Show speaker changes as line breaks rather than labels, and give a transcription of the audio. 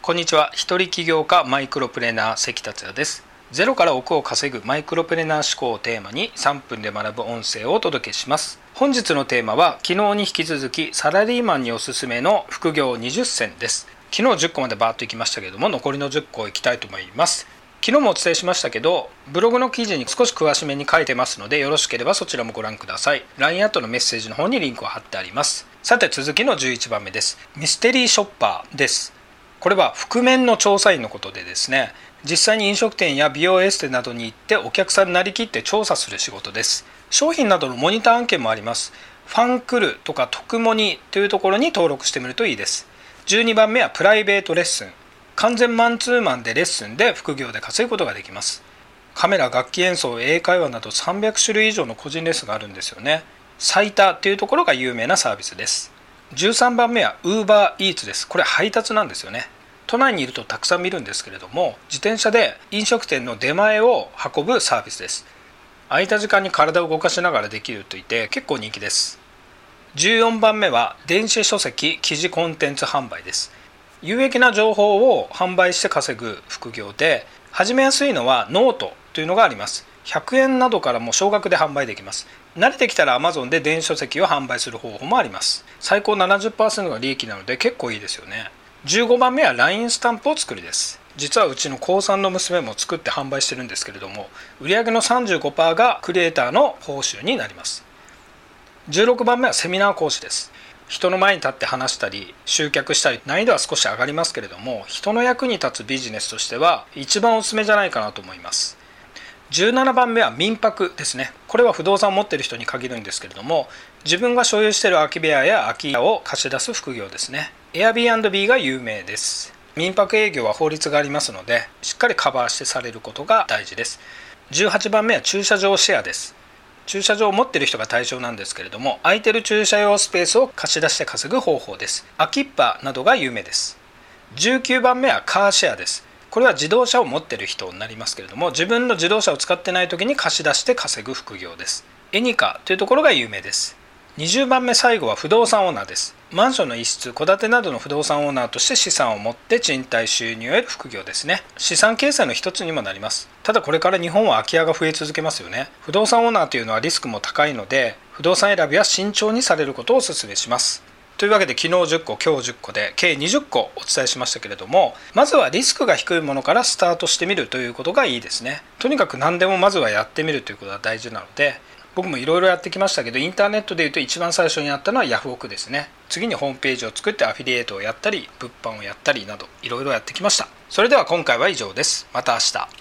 こんにちは。一人起業家マイクロプレーナー関達也です。ゼロから億を稼ぐマイクロプレーナー思考をテーマに3分で学ぶ音声をお届けします。本日のテーマは昨日に引き続きサラリーマンにおすすめの副業20選です。昨日10個までバーッといきましたけれども、残りの10個いきたいと思います。昨日もお伝えしましたけど、ブログの記事に少し詳しめに書いてますので、よろしければそちらもご覧ください。 LINE アットのメッセージの方にリンクを貼ってあります。さて続きの11番目です。ミステリーショッパーです。これは覆面の調査員のことでですね、実際に飲食店や美容エステなどに行ってお客さんになりきって調査する仕事です。商品などのモニター案件もあります。ファンクルとか特モニというところに登録してみるといいです。12番目はプライベートレッスン。完全マンツーマンでレッスンで副業で稼ぐことができます。カメラ、楽器演奏、英会話など300種類以上の個人レッスンがあるんですよね。最多というところが有名なサービスです。13番目は UberEats です。これ配達なんですよね。都内にいるとたくさん見るんですけれども、自転車で飲食店の出前を運ぶサービスです。空いた時間に体を動かしながらできるといって結構人気です。14番目は電子書籍記事コンテンツ販売です。有益な情報を販売して稼ぐ副業で、始めやすいのはノートというのがあります。100円などからも少額で販売できます。慣れてきたら Amazon で電子書籍を販売する方法もあります。最高 70% が利益なので結構いいですよね。15番目は LINE スタンプを作るです。実はうちの高3の娘も作って販売してるんですけれども、売上の 35% がクリエイターの報酬になります。16番目はセミナー講師です。人の前に立って話したり集客したり、難易度は少し上がりますけれども、人の役に立つビジネスとしては一番おすすめじゃないかなと思います。17番目は民泊ですね。これは不動産を持っている人に限るんですけれども、自分が所有している空き部屋や空き家を貸し出す副業ですね。 Airbnb が有名です。民泊営業は法律がありますので、しっかりカバーしてされることが大事です。18番目は駐車場シェアです。駐車場を持っている人が対象なんですけれども、空いている駐車用スペースを貸し出して稼ぐ方法です。空きっぱなどが有名です。19番目はカーシェアです。これは自動車を持っている人になりますけれども、自分の自動車を使ってない時に貸し出して稼ぐ副業です。エニカというところが有名です。20番目最後は不動産オーナーです。マンションの一室、戸建てなどの不動産オーナーとして資産を持って賃貸収入を得る副業ですね。資産形成の一つにもなります。ただこれから日本は空き家が増え続けますよね。不動産オーナーというのはリスクも高いので、不動産選びは慎重にされることをお勧めします。というわけで昨日10個今日10個で計20個お伝えしましたけれども、まずはリスクが低いものからスタートしてみるということがいいですね。とにかく何でもまずはやってみるということが大事なので、僕もいろいろやってきましたけど、インターネットでいうと一番最初にやったのはヤフオクですね。次にホームページを作ってアフィリエイトをやったり物販をやったりなどいろいろやってきました。それでは今回は以上です。また明日。